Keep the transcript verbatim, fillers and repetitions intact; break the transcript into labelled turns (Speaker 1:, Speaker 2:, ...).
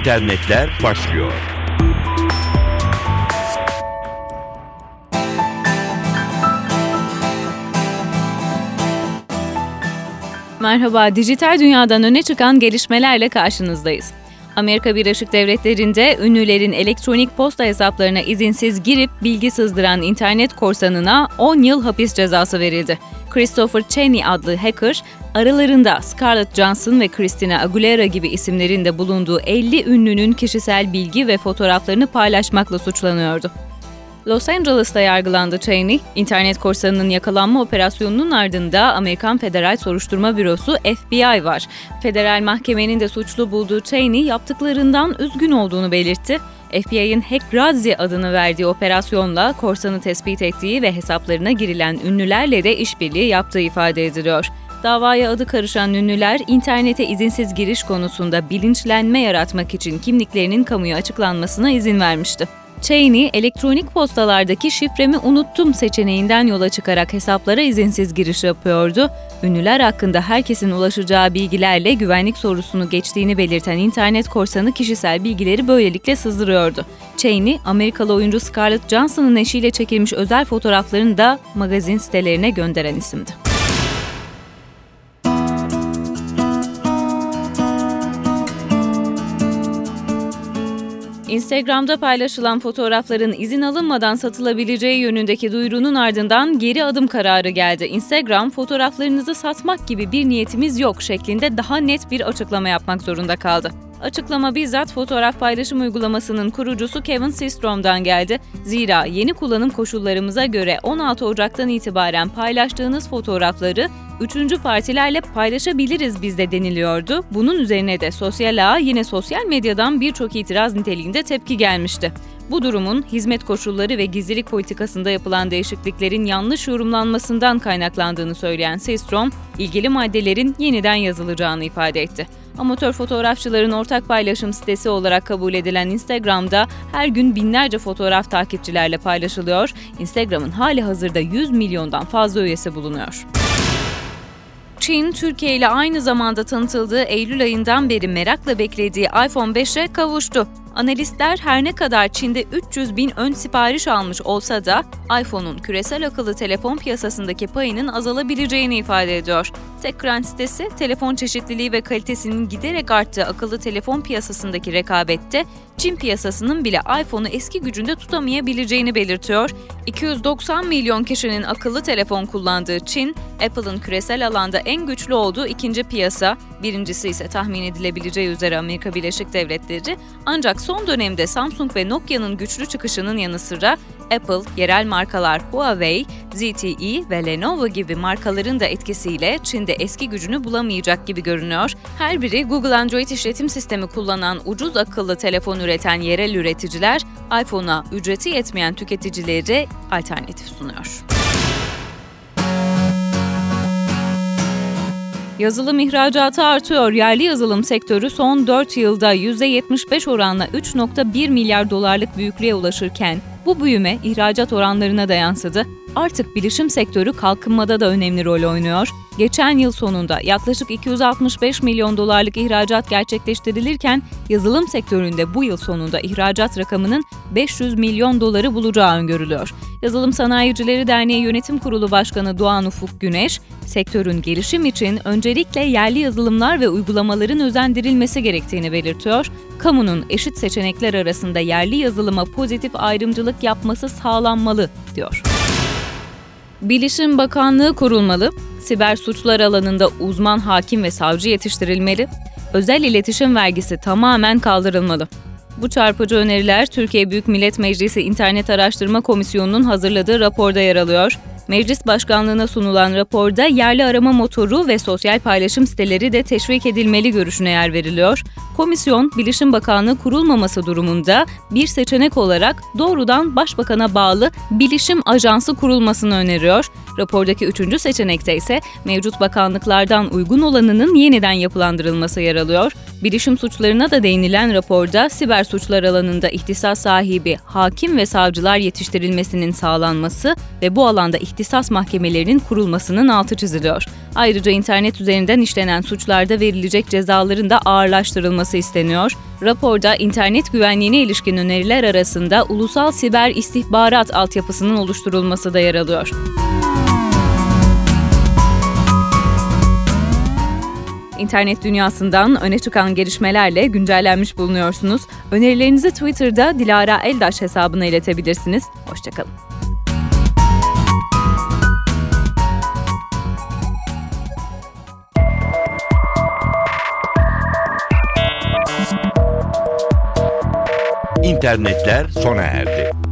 Speaker 1: internetler başlıyor.
Speaker 2: Merhaba, dijital dünyadan öne çıkan gelişmelerle karşınızdayız. Amerika Birleşik Devletleri'nde ünlülerin elektronik posta hesaplarına izinsiz girip bilgi sızdıran internet korsanına on yıl hapis cezası verildi. Christopher Cheney adlı hacker, aralarında Scarlett Johansson ve Christina Aguilera gibi isimlerin de bulunduğu elli ünlünün kişisel bilgi ve fotoğraflarını paylaşmakla suçlanıyordu. Los Angeles'ta yargılandı Cheney. İnternet korsanının yakalanma operasyonunun ardında Amerikan Federal Soruşturma Bürosu F B I var. Federal mahkemenin de suçlu bulduğu Cheney yaptıklarından üzgün olduğunu belirtti. F B I'nin Hack Razzi adını verdiği operasyonla korsanı tespit ettiği ve hesaplarına girilen ünlülerle de işbirliği yaptığı ifade ediliyor. Davaya adı karışan ünlüler, internete izinsiz giriş konusunda bilinçlenme yaratmak için kimliklerinin kamuya açıklanmasına izin vermişti. Cheney, elektronik postalardaki şifremi unuttum seçeneğinden yola çıkarak hesaplara izinsiz giriş yapıyordu. Ünlüler hakkında herkesin ulaşacağı bilgilerle güvenlik sorusunu geçtiğini belirten internet korsanı kişisel bilgileri böylelikle sızdırıyordu. Cheney, Amerikalı oyuncu Scarlett Johansson'ın eşiyle çekilmiş özel fotoğraflarını da magazin sitelerine gönderen isimdi. Instagram'da paylaşılan fotoğrafların izin alınmadan satılabileceği yönündeki duyurunun ardından geri adım kararı geldi. Instagram, fotoğraflarınızı satmak gibi bir niyetimiz yok şeklinde daha net bir açıklama yapmak zorunda kaldı. Açıklama bizzat fotoğraf paylaşım uygulamasının kurucusu Kevin Systrom'dan geldi. Zira yeni kullanım koşullarımıza göre on altı Ocak'tan itibaren paylaştığınız fotoğrafları üçüncü partilerle paylaşabiliriz bizde deniliyordu. Bunun üzerine de sosyal ağ yine sosyal medyadan birçok itiraz niteliğinde tepki gelmişti. Bu durumun hizmet koşulları ve gizlilik politikasında yapılan değişikliklerin yanlış yorumlanmasından kaynaklandığını söyleyen Systrom, ilgili maddelerin yeniden yazılacağını ifade etti. Amatör fotoğrafçıların ortak paylaşım sitesi olarak kabul edilen Instagram'da her gün binlerce fotoğraf takipçilerle paylaşılıyor. Instagram'ın hali hazırda yüz milyondan fazla üyesi bulunuyor. Çin, Türkiye ile aynı zamanda tanıtıldığı Eylül ayından beri merakla beklediği iPhone beşe kavuştu. Analistler her ne kadar Çin'de üç yüz bin ön sipariş almış olsa da iPhone'un küresel akıllı telefon piyasasındaki payının azalabileceğini ifade ediyor. TechCrunch sitesi, telefon çeşitliliği ve kalitesinin giderek arttığı akıllı telefon piyasasındaki rekabette Çin piyasasının bile iPhone'u eski gücünde tutamayabileceğini belirtiyor. iki yüz doksan milyon kişinin akıllı telefon kullandığı Çin, Apple'ın küresel alanda en güçlü olduğu ikinci piyasa, birincisi ise tahmin edilebileceği üzere Amerika Birleşik Devletleri. Ancak son dönemde Samsung ve Nokia'nın güçlü çıkışının yanı sıra Apple, yerel markalar Huawei, Z T E ve Lenovo gibi markaların da etkisiyle Çin'de eski gücünü bulamayacak gibi görünüyor. Her biri Google Android işletim sistemi kullanan ucuz akıllı telefon üreten yerel üreticiler, iPhone'a ücreti yetmeyen tüketicilere alternatif sunuyor. Yazılım ihracatı artıyor. Yerli yazılım sektörü son dört yılda yüzde yetmiş beş oranla üç virgül bir milyar dolarlık büyüklüğe ulaşırken bu büyüme ihracat oranlarına da yansıdı. Artık bilişim sektörü kalkınmada da önemli rol oynuyor. Geçen yıl sonunda yaklaşık iki yüz altmış beş milyon dolarlık ihracat gerçekleştirilirken yazılım sektöründe bu yıl sonunda ihracat rakamının beş yüz milyon doları bulacağı öngörülüyor. Yazılım Sanayicileri Derneği Yönetim Kurulu Başkanı Doğan Ufuk Güneş, sektörün gelişim için öncelikle yerli yazılımlar ve uygulamaların özendirilmesi gerektiğini belirtiyor. Kamunun eşit seçenekler arasında yerli yazılıma pozitif ayrımcılık yapması sağlanmalı, diyor. Bilişim Bakanlığı kurulmalı, siber suçlar alanında uzman hakim ve savcı yetiştirilmeli, özel iletişim vergisi tamamen kaldırılmalı. Bu çarpıcı öneriler Türkiye Büyük Millet Meclisi İnternet Araştırma Komisyonu'nun hazırladığı raporda yer alıyor. Meclis Başkanlığı'na sunulan raporda yerli arama motoru ve sosyal paylaşım siteleri de teşvik edilmeli görüşüne yer veriliyor. Komisyon, Bilişim Bakanlığı kurulmaması durumunda bir seçenek olarak doğrudan Başbakan'a bağlı Bilişim Ajansı kurulmasını öneriyor. Rapordaki üçüncü seçenekte ise mevcut bakanlıklardan uygun olanının yeniden yapılandırılması yer alıyor. Bilişim suçlarına da değinilen raporda siber suçlar alanında ihtisas sahibi hakim ve savcılar yetiştirilmesinin sağlanması ve bu alanda ihtisas mahkemelerinin kurulmasının altı çiziliyor. Ayrıca internet üzerinden işlenen suçlarda verilecek cezaların da ağırlaştırılması isteniyor. Raporda internet güvenliğine ilişkin öneriler arasında ulusal siber istihbarat altyapısının oluşturulması da yer alıyor. İnternet dünyasından öne çıkan gelişmelerle güncellenmiş bulunuyorsunuz. Önerilerinizi Twitter'da Dilara Eldaş hesabına iletebilirsiniz. Hoşçakalın.
Speaker 1: İnternetler sona erdi.